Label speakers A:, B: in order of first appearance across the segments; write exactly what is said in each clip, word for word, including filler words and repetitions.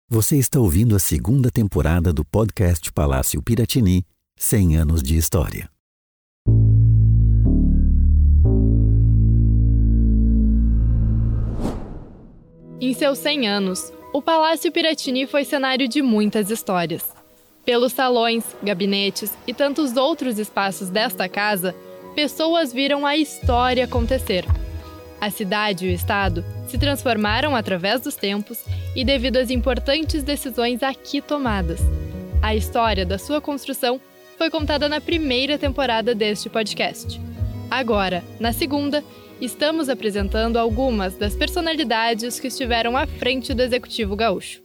A: Você está ouvindo a segunda temporada do podcast Palácio Piratini, cem anos de história.
B: Em seus cem anos, o Palácio Piratini foi cenário de muitas histórias. Pelos salões, gabinetes e tantos outros espaços desta casa, pessoas viram a história acontecer. A cidade e o estado se transformaram através dos tempos e devido às importantes decisões aqui tomadas. A história da sua construção foi contada na primeira temporada deste podcast. Agora, na segunda, estamos apresentando algumas das personalidades que estiveram à frente do Executivo Gaúcho.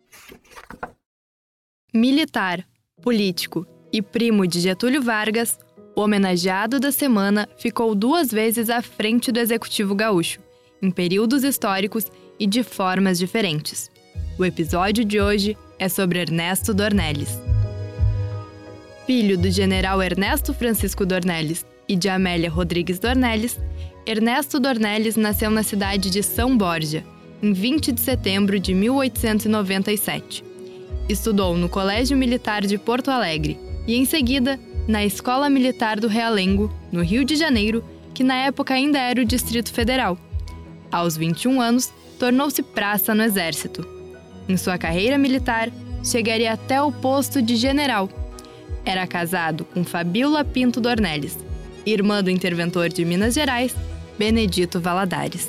B: Militar, político e primo de Getúlio Vargas, o homenageado da semana ficou duas vezes à frente do Executivo Gaúcho, em períodos históricos e de formas diferentes. O episódio de hoje é sobre Ernesto Dornelles. Filho do general Ernesto Francisco Dornelles e de Amélia Rodrigues Dornelles, Ernesto Dornelles nasceu na cidade de São Borja, em vinte de setembro de mil oitocentos e noventa e sete. Estudou no Colégio Militar de Porto Alegre e, em seguida, na Escola Militar do Realengo, no Rio de Janeiro, que na época ainda era o Distrito Federal. Aos vinte e um anos, tornou-se praça no Exército. Em sua carreira militar, chegaria até o posto de general. Era casado com Fabíola Pinto Dornelles, irmã do interventor de Minas Gerais, Benedito Valadares.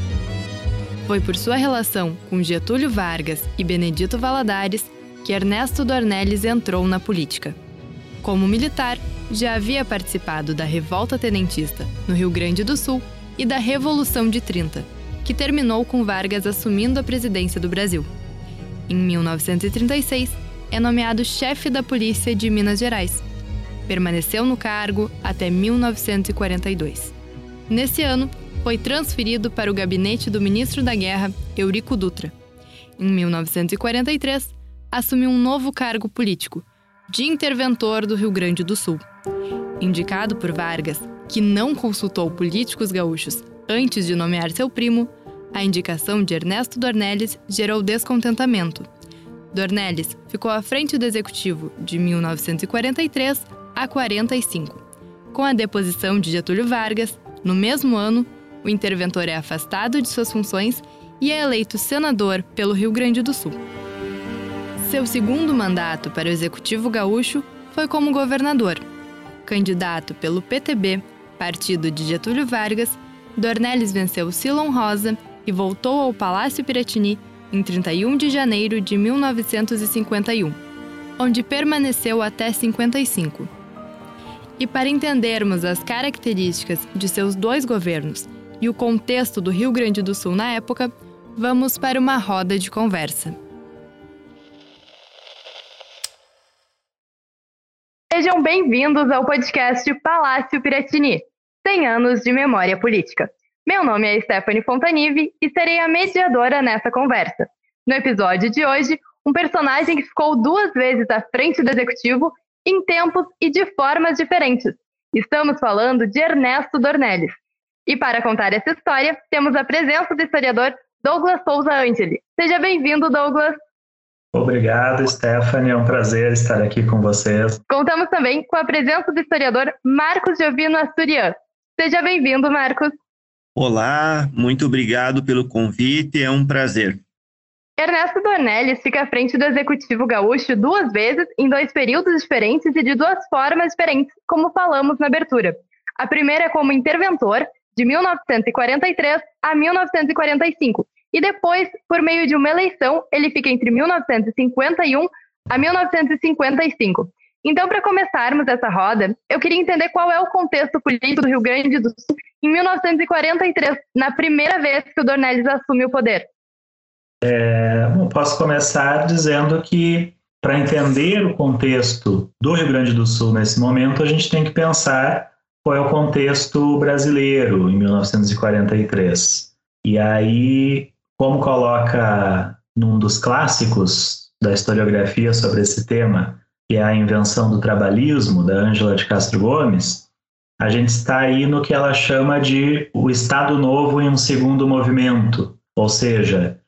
B: Foi por sua relação com Getúlio Vargas e Benedito Valadares que Ernesto Dornelles entrou na política. Como militar, já havia participado da Revolta Tenentista, no Rio Grande do Sul, e da Revolução de trinta, que terminou com Vargas assumindo a presidência do Brasil. Em mil novecentos e trinta e seis, é nomeado chefe da Polícia de Minas Gerais. Permaneceu no cargo até mil novecentos e quarenta e dois. Nesse ano, foi transferido para o gabinete do ministro da Guerra, Eurico Dutra. Em mil novecentos e quarenta e três, assumiu um novo cargo político, de interventor do Rio Grande do Sul. Indicado por Vargas, que não consultou políticos gaúchos antes de nomear seu primo, a indicação de Ernesto Dornelles gerou descontentamento. Dornelles ficou à frente do executivo de mil novecentos e quarenta e três a quarenta e cinco. Com a deposição de Getúlio Vargas, no mesmo ano, o interventor é afastado de suas funções e é eleito senador pelo Rio Grande do Sul. Seu segundo mandato para o Executivo Gaúcho foi como governador. Candidato pelo P T B, partido de Getúlio Vargas, Dornelles venceu Silon Rosa e voltou ao Palácio Piratini em trinta e um de janeiro de mil novecentos e cinquenta e um, onde permaneceu até cinquenta e cinco. E para entendermos as características de seus dois governos e o contexto do Rio Grande do Sul na época, vamos para uma roda de conversa. Sejam bem-vindos ao podcast Palácio Piratini, cem anos de memória política. Meu nome é Stephanie Fontanive e serei a mediadora nessa conversa. No episódio de hoje, um personagem que ficou duas vezes à frente do executivo em tempos e de formas diferentes. Estamos falando de Ernesto Dornelles. E para contar essa história, temos a presença do historiador Douglas Souza Angeli. Seja bem-vindo, Douglas.
C: Obrigado, Stephanie. É um prazer estar aqui com vocês.
B: Contamos também com a presença do historiador Marcos Giovino Asturian. Seja bem-vindo, Marcos.
D: Olá, muito obrigado pelo convite, é um prazer.
B: Ernesto Dornelles fica à frente do Executivo Gaúcho duas vezes, em dois períodos diferentes e de duas formas diferentes, como falamos na abertura. A primeira é como interventor, de mil novecentos e quarenta e três a mil novecentos e quarenta e cinco. E depois, por meio de uma eleição, ele fica entre mil novecentos e cinquenta e um a mil novecentos e cinquenta e cinco. Então, para começarmos essa roda, eu queria entender qual é o contexto político do Rio Grande do Sul em mil novecentos e quarenta e três, na primeira vez que o Dornelles assume o poder.
C: É, bom, posso começar dizendo que, para entender o contexto do Rio Grande do Sul nesse momento, a gente tem que pensar qual é o contexto brasileiro em mil novecentos e quarenta e três. E aí, como coloca num dos clássicos da historiografia sobre esse tema, que é a invenção do trabalhismo, da Ângela de Castro Gomes, a gente está aí no que ela chama de o Estado Novo em um segundo movimento, ou seja,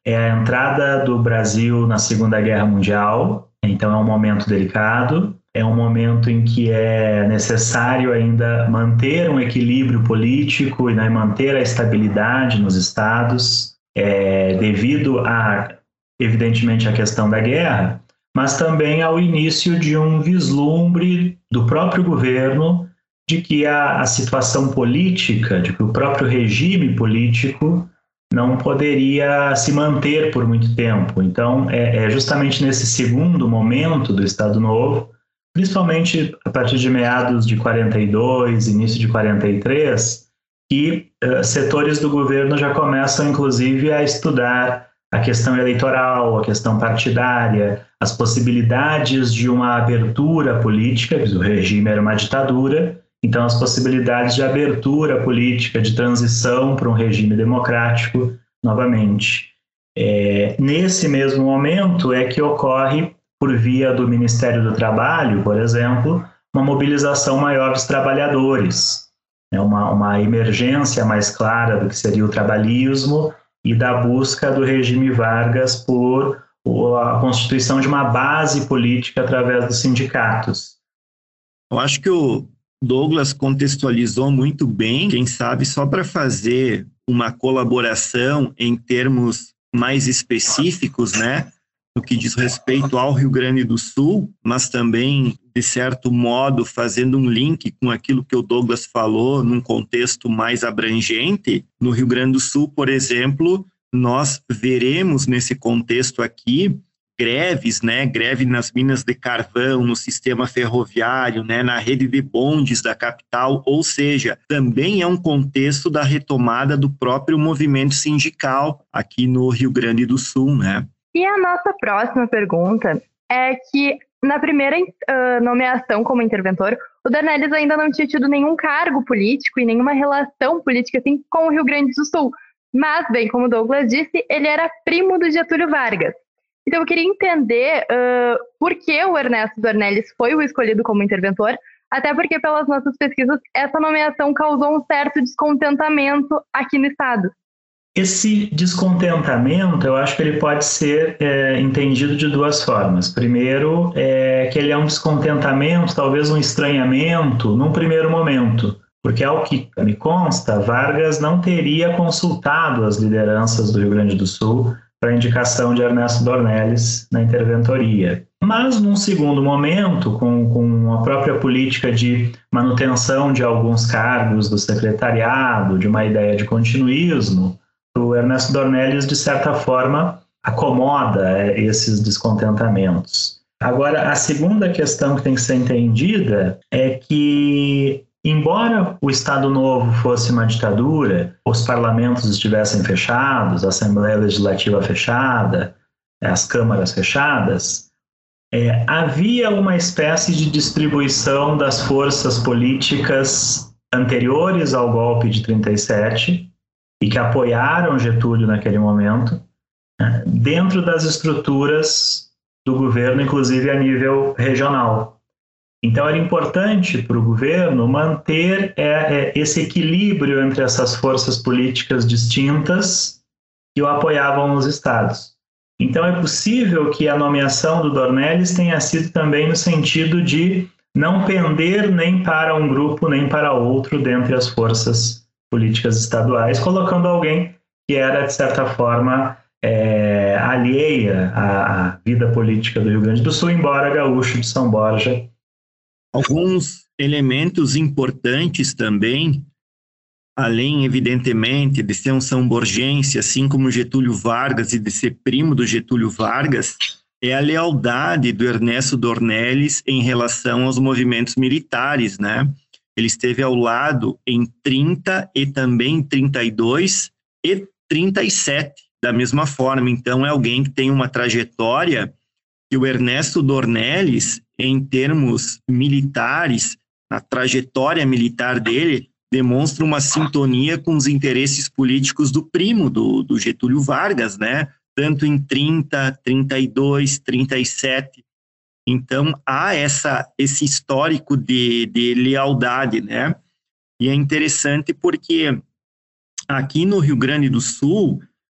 C: é a entrada do Brasil na Segunda Guerra Mundial, então é um momento delicado, é um momento em que é necessário ainda manter um equilíbrio político e, né, manter a estabilidade nos estados, é, devido a, evidentemente, a questão da guerra, mas também ao início de um vislumbre do próprio governo de que a, a situação política, de que o próprio regime político não poderia se manter por muito tempo. Então, é, é justamente nesse segundo momento do Estado Novo, principalmente a partir de meados de quarenta e dois, início de quarenta e três, que uh, setores do governo já começam, inclusive, a estudar a questão eleitoral, a questão partidária, as possibilidades de uma abertura política, o regime era uma ditadura, então as possibilidades de abertura política, de transição para um regime democrático, novamente. É, nesse mesmo momento é que ocorre, por via do Ministério do Trabalho, por exemplo, uma mobilização maior dos trabalhadores, né? uma, uma emergência mais clara do que seria o trabalhismo e da busca do regime Vargas por a constituição de uma base política através dos sindicatos.
D: Eu acho que o Douglas contextualizou muito bem, quem sabe só para fazer uma colaboração em termos mais específicos, né, no que diz respeito ao Rio Grande do Sul, mas também, de certo modo, fazendo um link com aquilo que o Douglas falou num contexto mais abrangente. No Rio Grande do Sul, por exemplo, nós veremos nesse contexto aqui greves, né, greve nas minas de carvão, no sistema ferroviário, né, na rede de bondes da capital, ou seja, também é um contexto da retomada do próprio movimento sindical aqui no Rio Grande do Sul, né?
B: E a nossa próxima pergunta é que, na primeira uh, nomeação como interventor, o Dornelles ainda não tinha tido nenhum cargo político e nenhuma relação política assim com o Rio Grande do Sul. Mas, bem, como o Douglas disse, ele era primo do Getúlio Vargas. Então, eu queria entender uh, por que o Ernesto Dornelles foi o escolhido como interventor, até porque, pelas nossas pesquisas, essa nomeação causou um certo descontentamento aqui no Estado.
C: Esse descontentamento, eu acho que ele pode ser é, entendido de duas formas. Primeiro, é que ele é um descontentamento, talvez um estranhamento, num primeiro momento, porque, ao que me consta, Vargas não teria consultado as lideranças do Rio Grande do Sul para a indicação de Ernesto Dornelles na interventoria. Mas, num segundo momento, com, com a própria política de manutenção de alguns cargos do secretariado, de uma ideia de continuismo, o Ernesto Dornelles, de certa forma, acomoda esses descontentamentos. Agora, a segunda questão que tem que ser entendida é que, embora o Estado Novo fosse uma ditadura, os parlamentos estivessem fechados, a Assembleia Legislativa fechada, as câmaras fechadas, é, havia uma espécie de distribuição das forças políticas anteriores ao golpe de trinta e sete, e que apoiaram Getúlio naquele momento, né, dentro das estruturas do governo, inclusive a nível regional. Então, era importante para o governo manter é, é, esse equilíbrio entre essas forças políticas distintas que o apoiavam nos estados. Então, é possível que a nomeação do Dornelles tenha sido também no sentido de não pender nem para um grupo nem para outro dentre as forças políticas estaduais, colocando alguém que era, de certa forma, é, alheia à, à vida política do Rio Grande do Sul, embora gaúcho de São Borja.
D: Alguns elementos importantes também, além, evidentemente, de ser um são borgense, assim como Getúlio Vargas, e de ser primo do Getúlio Vargas, é a lealdade do Ernesto Dornelles em relação aos movimentos militares, né? Ele esteve ao lado em trinta e também em trinta e dois e trinta e sete, da mesma forma. Então, é alguém que tem uma trajetória que o Ernesto Dornelles, em termos militares, a trajetória militar dele, demonstra uma sintonia com os interesses políticos do primo, do, do Getúlio Vargas, né? Tanto em trinta, trinta e dois, trinta e sete. Então, há essa, esse histórico de, de lealdade, né? E é interessante porque aqui no Rio Grande do Sul,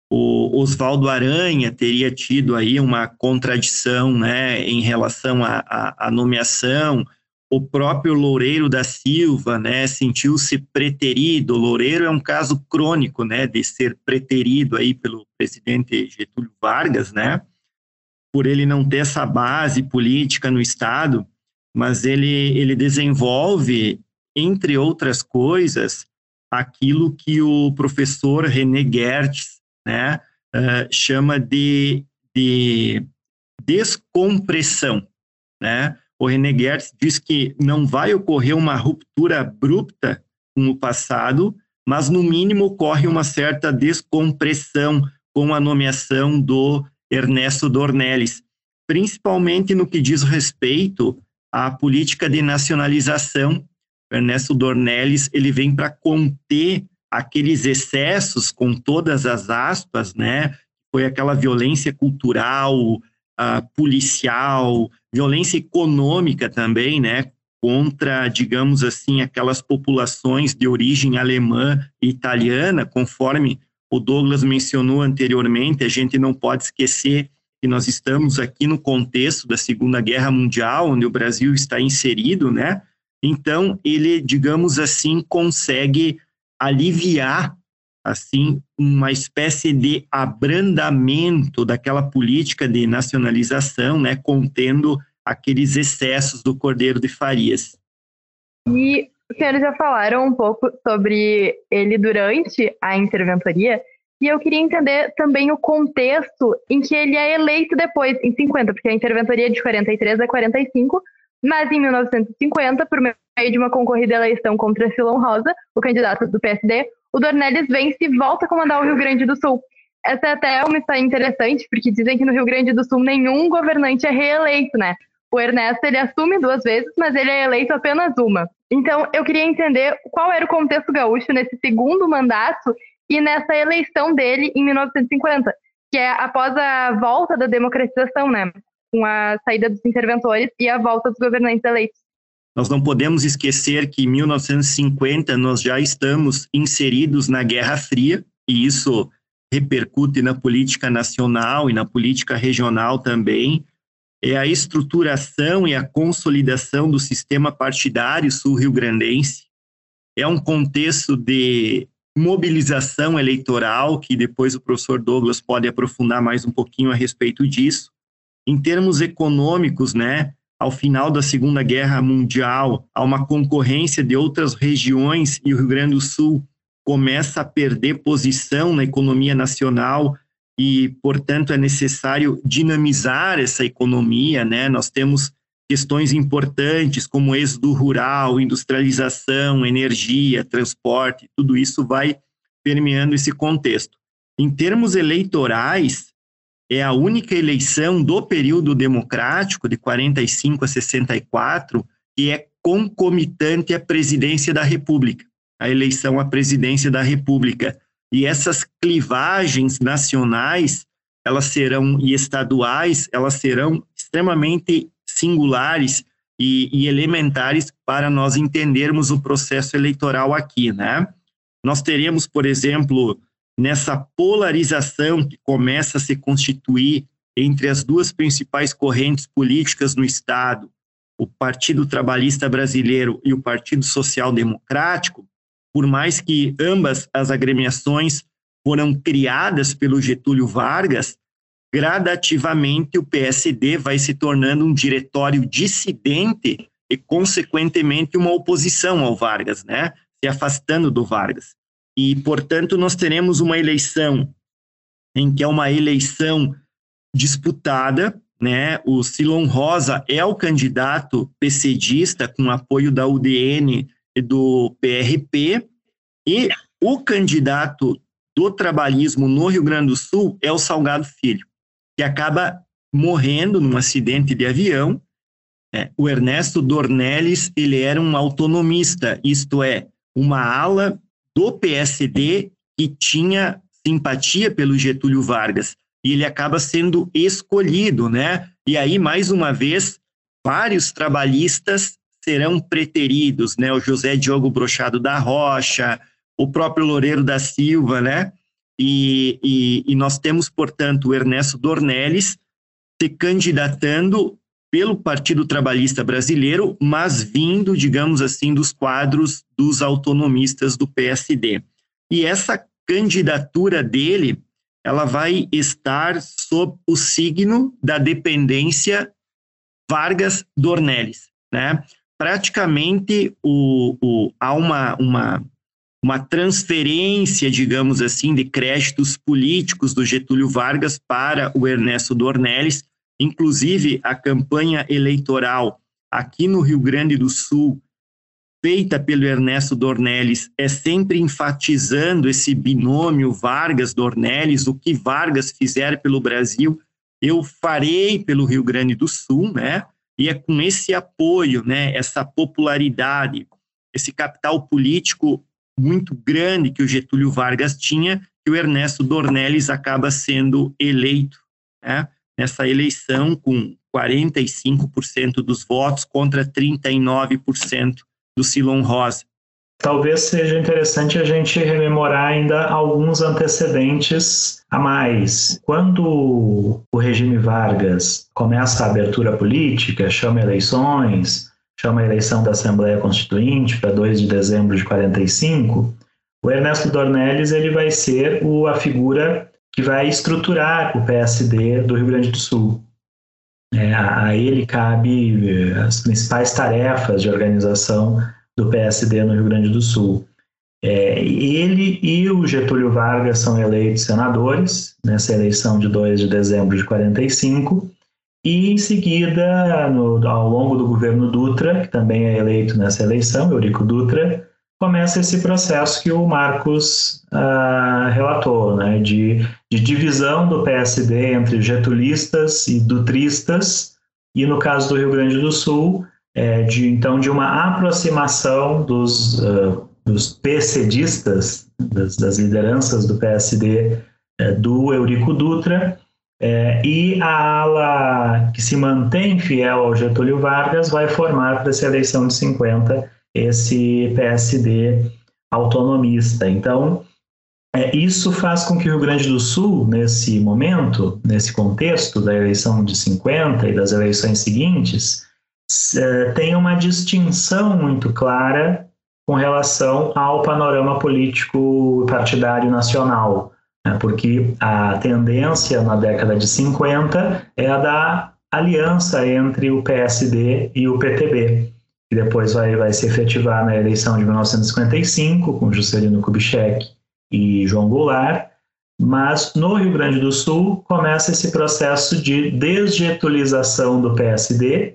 D: O Oswaldo Aranha teria tido aí uma contradição, né, em relação à nomeação. O próprio Loureiro da Silva, né, sentiu-se preterido. O Loureiro é um caso crônico, né, de ser preterido aí pelo presidente Getúlio Vargas, né, por ele não ter essa base política no Estado, mas ele, ele desenvolve, entre outras coisas, aquilo que o professor René Gertz, né, uh, chama de, de descompressão, né? O René Gertz diz que não vai ocorrer uma ruptura abrupta com o passado, mas no mínimo ocorre uma certa descompressão com a nomeação do Ernesto Dornelles, principalmente no que diz respeito à política de nacionalização. O Ernesto Dornelles, ele vem para conter aqueles excessos, com todas as aspas, né? Foi aquela violência cultural, uh, policial, violência econômica também, né? Contra, digamos assim, aquelas populações de origem alemã e italiana, conforme o Douglas mencionou anteriormente. A gente não pode esquecer que nós estamos aqui no contexto da Segunda Guerra Mundial, onde o Brasil está inserido, né? Então, ele, digamos assim, consegue aliviar, assim, uma espécie de abrandamento daquela política de nacionalização, né, contendo aqueles excessos do Cordeiro de Farias.
B: E os senhores já falaram um pouco sobre ele durante a interventoria, e eu queria entender também o contexto em que ele é eleito depois, em cinquenta, porque a interventoria é de quarenta e três a quarenta e cinco, mas em mil novecentos e cinquenta, por meio de uma concorrida eleição contra Silon Rosa, o candidato do P S D, o Dornelles vence e volta a comandar o Rio Grande do Sul. Essa é até uma história interessante, porque dizem que no Rio Grande do Sul nenhum governante é reeleito, né? O Ernesto, ele assume duas vezes, mas ele é eleito apenas uma. Então, eu queria entender qual era o contexto gaúcho nesse segundo mandato e nessa eleição dele em mil novecentos e cinquenta, que é após a volta da democratização, né? Com a saída dos interventores e a volta dos governantes eleitos.
D: Nós não podemos esquecer que em mil novecentos e cinquenta nós já estamos inseridos na Guerra Fria, e isso repercute na política nacional e na política regional também. É a estruturação e a consolidação do sistema partidário sul-rio-grandense. É um contexto de mobilização eleitoral, que depois o professor Douglas pode aprofundar mais um pouquinho a respeito disso. Em termos econômicos, né, ao final da Segunda Guerra Mundial, há uma concorrência de outras regiões e o Rio Grande do Sul começa a perder posição na economia nacional e, portanto, é necessário dinamizar essa economia, né? Nós temos questões importantes como êxodo rural, industrialização, energia, transporte, tudo isso vai permeando esse contexto. Em termos eleitorais, é a única eleição do período democrático, de quarenta e cinco a sessenta e quatro, que é concomitante à presidência da República, a eleição à presidência da República. E essas clivagens nacionais, elas serão, e estaduais, elas serão extremamente singulares e, e elementares para nós entendermos o processo eleitoral aqui, né? Nós teremos, por exemplo, nessa polarização que começa a se constituir entre as duas principais correntes políticas no Estado, o Partido Trabalhista Brasileiro e o Partido Social Democrático, por mais que ambas as agremiações foram criadas pelo Getúlio Vargas, gradativamente o P S D vai se tornando um diretório dissidente e, consequentemente, uma oposição ao Vargas, né? Se afastando do Vargas. E, portanto, nós teremos uma eleição em que é uma eleição disputada, né? O Silon Rosa é o candidato PCdista com apoio da U D N e do P R P, e o candidato do trabalhismo no Rio Grande do Sul é o Salgado Filho, que acaba morrendo num acidente de avião. É, o Ernesto Dornelles, ele era um autonomista, isto é, uma ala do P S D que tinha simpatia pelo Getúlio Vargas, e ele acaba sendo escolhido, né? E aí, mais uma vez, vários trabalhistas serão preteridos, né? O José Diogo Brochado da Rocha, o próprio Loureiro da Silva, né? e, e, e nós temos, portanto, o Ernesto Dornelles se candidatando pelo Partido Trabalhista Brasileiro, mas vindo, digamos assim, dos quadros dos autonomistas do P S D. E essa candidatura dele, ela vai estar sob o signo da dependência Vargas-Dornelles, né? Praticamente o, o, há uma, uma, uma transferência, digamos assim, de créditos políticos do Getúlio Vargas para o Ernesto Dornelles. Inclusive, a campanha eleitoral aqui no Rio Grande do Sul, feita pelo Ernesto Dornelles, é sempre enfatizando esse binômio Vargas-Dornelles. O que Vargas fizer pelo Brasil, eu farei pelo Rio Grande do Sul, né? E é com esse apoio, né, essa popularidade, esse capital político muito grande que o Getúlio Vargas tinha, que o Ernesto Dornelles acaba sendo eleito, né, nessa eleição com quarenta e cinco por cento dos votos contra trinta e nove por cento do Silon Rosa.
C: Talvez seja interessante a gente rememorar ainda alguns antecedentes a mais. Quando o regime Vargas começa a abertura política, chama eleições, chama a eleição da Assembleia Constituinte para dois de dezembro de quarenta e cinco, o Ernesto Dornelles ele vai ser o, a figura que vai estruturar o P S D do Rio Grande do Sul. É, a ele cabe as principais tarefas de organização do P S D no Rio Grande do Sul. É, ele e o Getúlio Vargas são eleitos senadores nessa eleição de dois de dezembro de quarenta e cinco, e em seguida, no, ao longo do governo Dutra, que também é eleito nessa eleição, Eurico Dutra, começa esse processo que o Marcos ah, relatou, né, de, de divisão do P S D entre getulistas e dutristas, e no caso do Rio Grande do Sul, é, de, então de uma aproximação dos, uh, dos PCdistas, das, das lideranças do P S D, é, do Eurico Dutra, é, e a ala que se mantém fiel ao Getúlio Vargas vai formar para essa eleição de cinquenta esse P S D autonomista. Então, é, isso faz com que o Rio Grande do Sul, nesse momento, nesse contexto da eleição de cinquenta e das eleições seguintes, é, tenha uma distinção muito clara com relação ao panorama político partidário nacional, né? Porque a tendência na década de cinquenta é a da aliança entre o P S D e o P T B, que depois vai, vai se efetivar na eleição de mil novecentos e cinquenta e cinco, com Juscelino Kubitschek e João Goulart, mas no Rio Grande do Sul começa esse processo de desgetulização do P S D.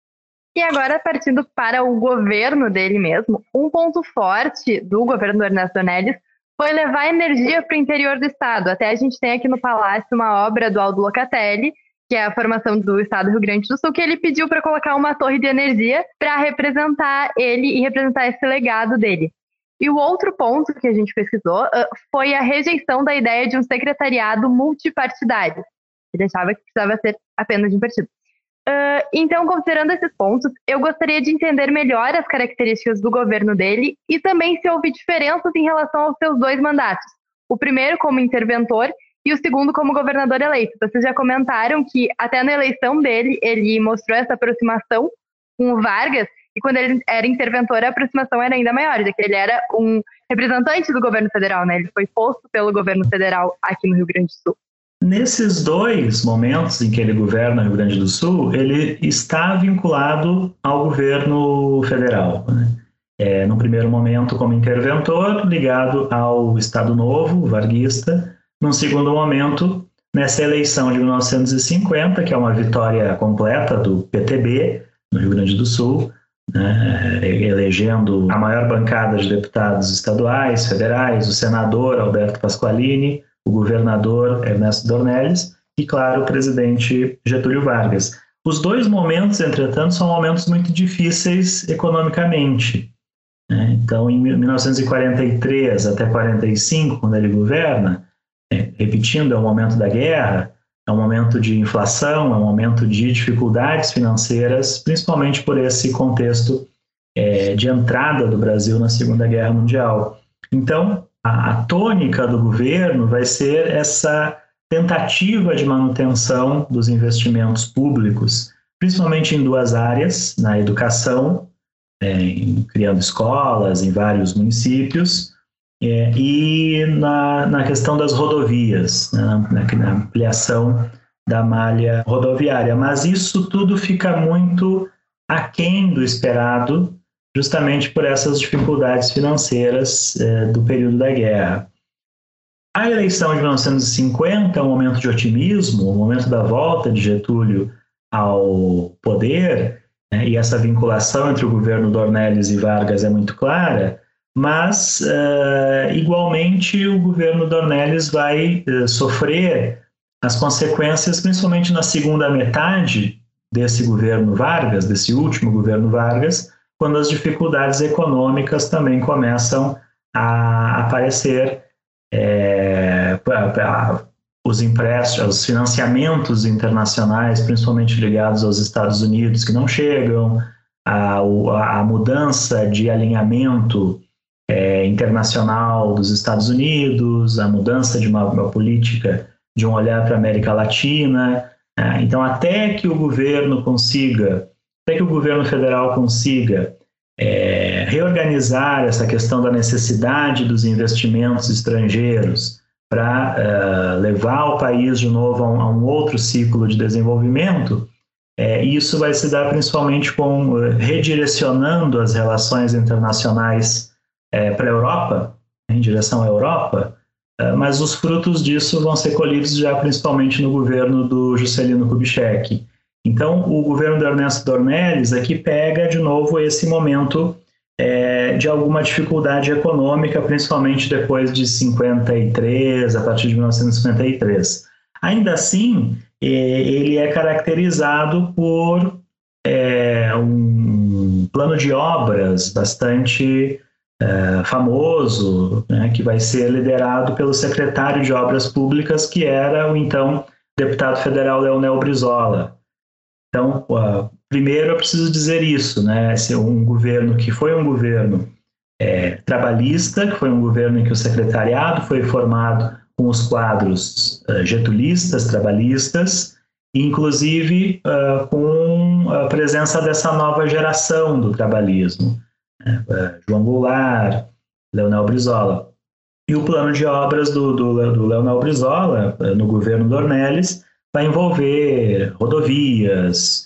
B: E agora, partindo para o governo dele mesmo, um ponto forte do governo do Ernesto Dornelles foi levar energia para o interior do estado. Até a gente tem aqui no Palácio uma obra do Aldo Locatelli, que é a formação do estado do Rio Grande do Sul, que ele pediu para colocar uma torre de energia para representar ele e representar esse legado dele. E o outro ponto que a gente pesquisou uh, foi a rejeição da ideia de um secretariado multipartidário, que deixava que precisava ser apenas de um partido. Uh, então, considerando esses pontos, eu gostaria de entender melhor as características do governo dele e também se houve diferenças em relação aos seus dois mandatos. O primeiro como interventor e o segundo como governador eleito. Vocês já comentaram que até na eleição dele, ele mostrou essa aproximação com o Vargas, e quando ele era interventor, a aproximação era ainda maior, já que ele era um representante do governo federal, né? Ele foi posto pelo governo federal aqui no Rio Grande do Sul.
C: Nesses dois momentos em que ele governa o Rio Grande do Sul, ele está vinculado ao governo federal, né? É, no primeiro momento como interventor, ligado ao Estado Novo, varguista. Num segundo momento, nessa eleição de mil novecentos e cinquenta, que é uma vitória completa do P T B no Rio Grande do Sul, né, elegendo a maior bancada de deputados estaduais, federais, o senador Alberto Pasqualini, o governador Ernesto Dornelles e, claro, o presidente Getúlio Vargas. Os dois momentos, entretanto, são momentos muito difíceis economicamente, né? Então, em mil novecentos e quarenta e três até quarenta e cinco, quando ele governa, é, repetindo, é um momento da guerra, é um momento de inflação, é um momento de dificuldades financeiras, principalmente por esse contexto é, de entrada do Brasil na Segunda Guerra Mundial. Então, a, a tônica do governo vai ser essa tentativa de manutenção dos investimentos públicos, principalmente em duas áreas, na educação, é, em, criando escolas em vários municípios, é, e na, na questão das rodovias, né, na, na ampliação da malha rodoviária. Mas isso tudo fica muito aquém do esperado, justamente por essas dificuldades financeiras é, do período da guerra. A eleição de mil novecentos e cinquenta é um momento de otimismo, o momento da volta de Getúlio ao poder, né, e essa vinculação entre o governo Dornelles e Vargas é muito clara, mas, uh, igualmente, o governo Dornelles vai uh, sofrer as consequências, principalmente na segunda metade desse governo Vargas, desse último governo Vargas, quando as dificuldades econômicas também começam a aparecer, é, pra, pra, os empréstimos, os financiamentos internacionais, principalmente ligados aos Estados Unidos, que não chegam, a, a mudança de alinhamento é, internacional dos Estados Unidos, a mudança de uma, uma política de um olhar para a América Latina. Né? Então, até que o governo consiga, até que o governo federal consiga é, reorganizar essa questão da necessidade dos investimentos estrangeiros para uh, levar o país de novo a um, a um outro ciclo de desenvolvimento, é, isso vai se dar principalmente com uh, redirecionando as relações internacionais é, para a Europa, em direção à Europa, uh, mas os frutos disso vão ser colhidos já principalmente no governo do Juscelino Kubitschek. Então, o governo do Ernesto Dornelles aqui pega de novo esse momento É, de alguma dificuldade econômica, principalmente depois de cinquenta e três, a partir de mil novecentos e cinquenta e três. Ainda assim, é, ele é caracterizado por é, um plano de obras bastante é, famoso, né, que vai ser liderado pelo secretário de Obras Públicas, que era o então deputado federal Leonel Brizola. Então, uh, primeiro eu preciso dizer isso, né? Esse é um governo que foi um governo é, trabalhista, que foi um governo em que o secretariado foi formado com os quadros uh, getulistas, trabalhistas, inclusive uh, com a presença dessa nova geração do trabalhismo, né? uh, João Goulart, Leonel Brizola. E o plano de obras do, do, do Leonel Brizola, uh, no governo Dornelles, vai envolver rodovias,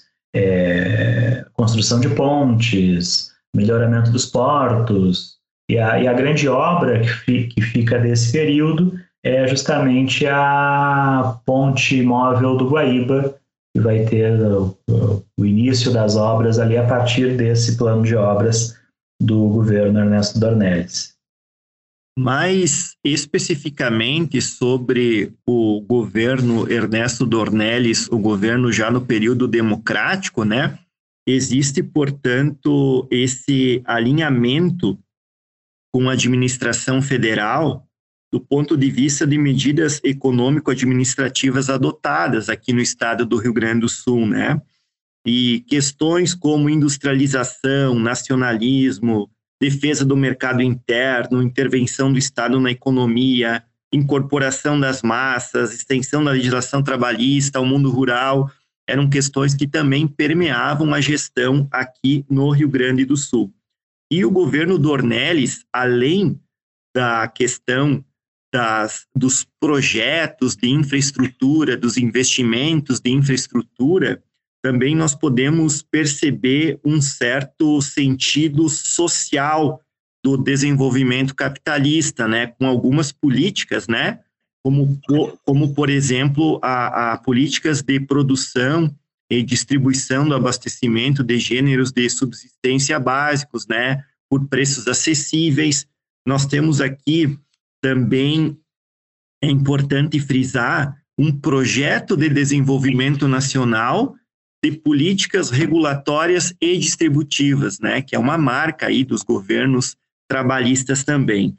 C: é, construção de pontes, melhoramento dos portos, e a, e a grande obra que, fi, que fica desse período é justamente a ponte móvel do Guaíba, que vai ter o, o início das obras ali a partir desse plano de obras do governo Ernesto Dornelles.
D: Mais especificamente sobre o governo Ernesto Dornelles, o governo já no período democrático, né? Existe, portanto, esse alinhamento com a administração federal do ponto de vista de medidas econômico-administrativas adotadas aqui no estado do Rio Grande do Sul, né? E questões como industrialização, nacionalismo, defesa do mercado interno, intervenção do Estado na economia, incorporação das massas, extensão da legislação trabalhista ao mundo rural, eram questões que também permeavam a gestão aqui no Rio Grande do Sul. E o governo Dornelles, além da questão das, dos projetos de infraestrutura, dos investimentos de infraestrutura, também nós podemos perceber um certo sentido social do desenvolvimento capitalista, né, com algumas políticas, né, como, como por exemplo, a, a políticas de produção e distribuição do abastecimento de gêneros de subsistência básicos, né, por preços acessíveis. Nós temos aqui também, é importante frisar, um projeto de desenvolvimento nacional de políticas regulatórias e distributivas, né, que é uma marca aí dos governos trabalhistas também.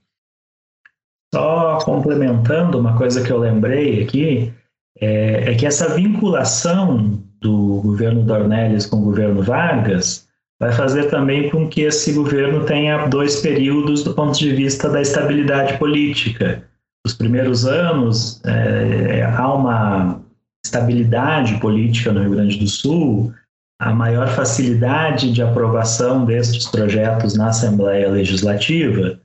C: Só complementando uma coisa que eu lembrei aqui, é, é que essa vinculação do governo Dornelles com o governo Vargas vai fazer também com que esse governo tenha dois períodos do ponto de vista da estabilidade política. Os primeiros anos, é, há uma estabilidade política no Rio Grande do Sul, a maior facilidade de aprovação destes projetos na Assembleia Legislativa,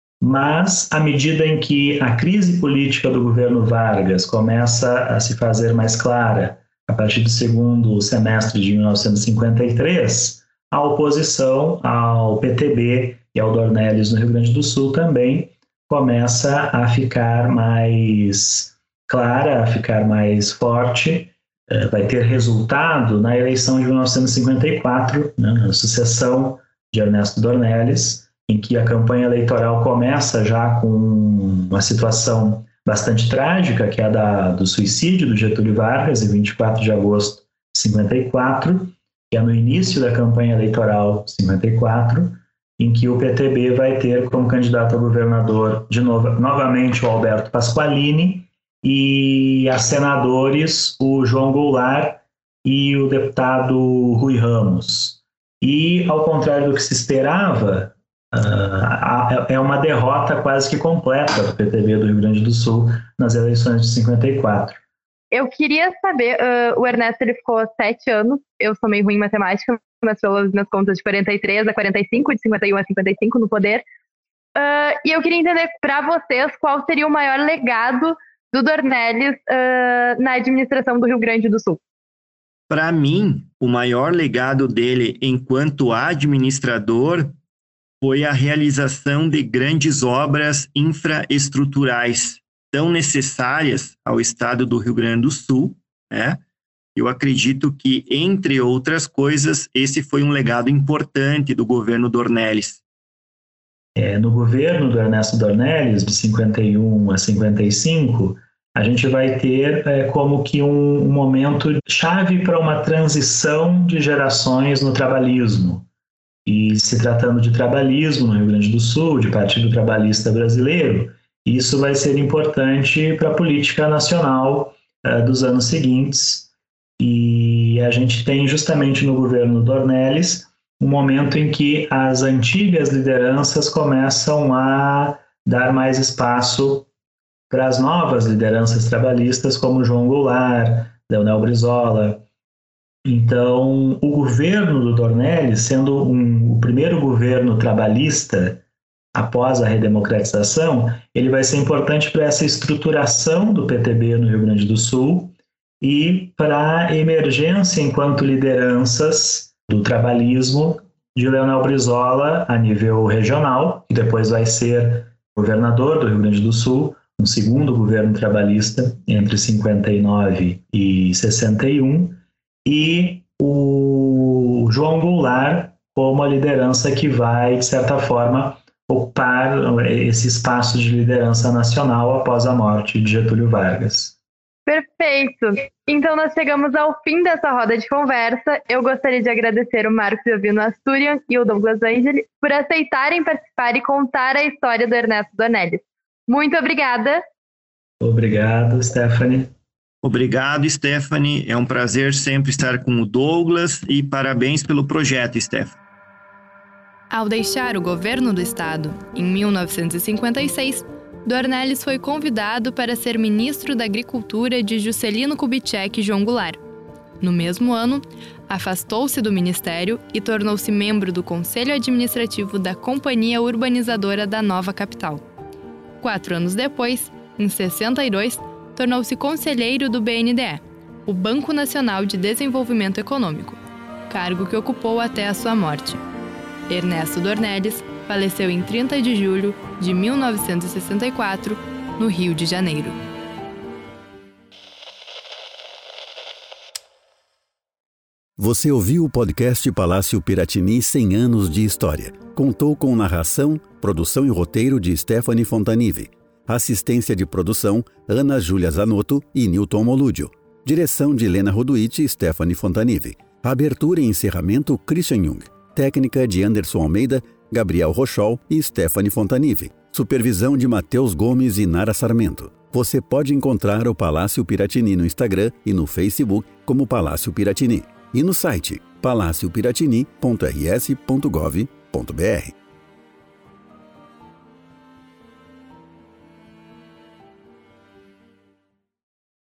C: mas à medida em que a crise política do governo Vargas começa a se fazer mais clara, a partir do segundo semestre de mil novecentos e cinquenta e três, a oposição ao P T B e ao Dornelles no Rio Grande do Sul também começa a ficar mais clara, a ficar mais forte, vai ter resultado na eleição de mil novecentos e cinquenta e quatro, né, na sucessão de Ernesto Dornelles, em que a campanha eleitoral começa já com uma situação bastante trágica, que é a da, do suicídio do Getúlio Vargas, em vinte e quatro de agosto de cinquenta e quatro, que é no início da campanha eleitoral de cinquenta e quatro, em que o P T B vai ter como candidato a governador de novo, novamente o Alberto Pasqualini, e a senadores o João Goulart e o deputado Rui Ramos. E, ao contrário do que se esperava, uh, é uma derrota quase que completa do P T B do Rio Grande do Sul nas eleições de cinquenta e quatro.
B: Eu queria saber, uh, o Ernesto ele ficou sete anos, eu sou meio ruim em matemática, mas pelas minhas contas de quarenta e três a quarenta e cinco, de cinquenta e um a cinquenta e cinco no poder, uh, e eu queria entender para vocês qual seria o maior legado do Dornelles uh, na administração do Rio Grande do Sul.
D: Para mim, o maior legado dele enquanto administrador foi a realização de grandes obras infraestruturais tão necessárias ao estado do Rio Grande do Sul, né? Eu acredito que, entre outras coisas, esse foi um legado importante do governo Dornelles.
C: É, no governo do Ernesto Dornelles, de cinquenta e um a cinquenta e cinco, a gente vai ter é, como que um, um momento chave para uma transição de gerações no trabalhismo. E se tratando de trabalhismo no Rio Grande do Sul, de Partido Trabalhista Brasileiro, isso vai ser importante para a política nacional uh, dos anos seguintes. E a gente tem justamente no governo Dornelles um momento em que as antigas lideranças começam a dar mais espaço para as novas lideranças trabalhistas, como João Goulart, Leonel Brizola. Então, o governo do Dornelles, sendo um, o primeiro governo trabalhista após a redemocratização, ele vai ser importante para essa estruturação do P T B no Rio Grande do Sul e para a emergência enquanto lideranças do trabalhismo de Leonel Brizola a nível regional, que depois vai ser governador do Rio Grande do Sul, um segundo governo trabalhista entre cinquenta e nove e sessenta e um, e o João Goulart como a liderança que vai, de certa forma, ocupar esse espaço de liderança nacional após a morte de Getúlio Vargas.
B: Perfeito! Então nós chegamos ao fim dessa roda de conversa. Eu gostaria de agradecer o Marcos Jovino Asturian e o Douglas Angeli por aceitarem participar e contar a história do Ernesto Dornelles. Muito obrigada!
C: Obrigado, Stephanie.
D: Obrigado, Stephanie. É um prazer sempre estar com o Douglas e parabéns pelo projeto, Stephanie.
B: Ao deixar o governo do estado, em mil novecentos e cinquenta e seis, Dornelles foi convidado para ser ministro da Agricultura de Juscelino Kubitschek e João Goulart. No mesmo ano, afastou-se do ministério e tornou-se membro do Conselho Administrativo da Companhia Urbanizadora da nova capital. Quatro anos depois, em sessenta e dois, tornou-se conselheiro do B N D E, o Banco Nacional de Desenvolvimento Econômico, cargo que ocupou até a sua morte. Ernesto Dornelles faleceu em trinta de julho de mil novecentos e sessenta e quatro, no Rio de Janeiro.
A: Você ouviu o podcast Palácio Piratini cem anos de história. Contou com narração, produção e roteiro de Stephanie Fontanive. Assistência de produção, Ana Júlia Zanotto e Newton Molúdio. Direção de Helena Roduit e Stephanie Fontanive. Abertura e encerramento, Christian Jung. Técnica de Anderson Almeida, Gabriel Rochol e Stephanie Fontanive. Supervisão de Matheus Gomes e Nara Sarmento. Você pode encontrar o Palácio Piratini no Instagram e no Facebook como Palácio Piratini. E no site palácio piratini ponto r s ponto gov ponto b r.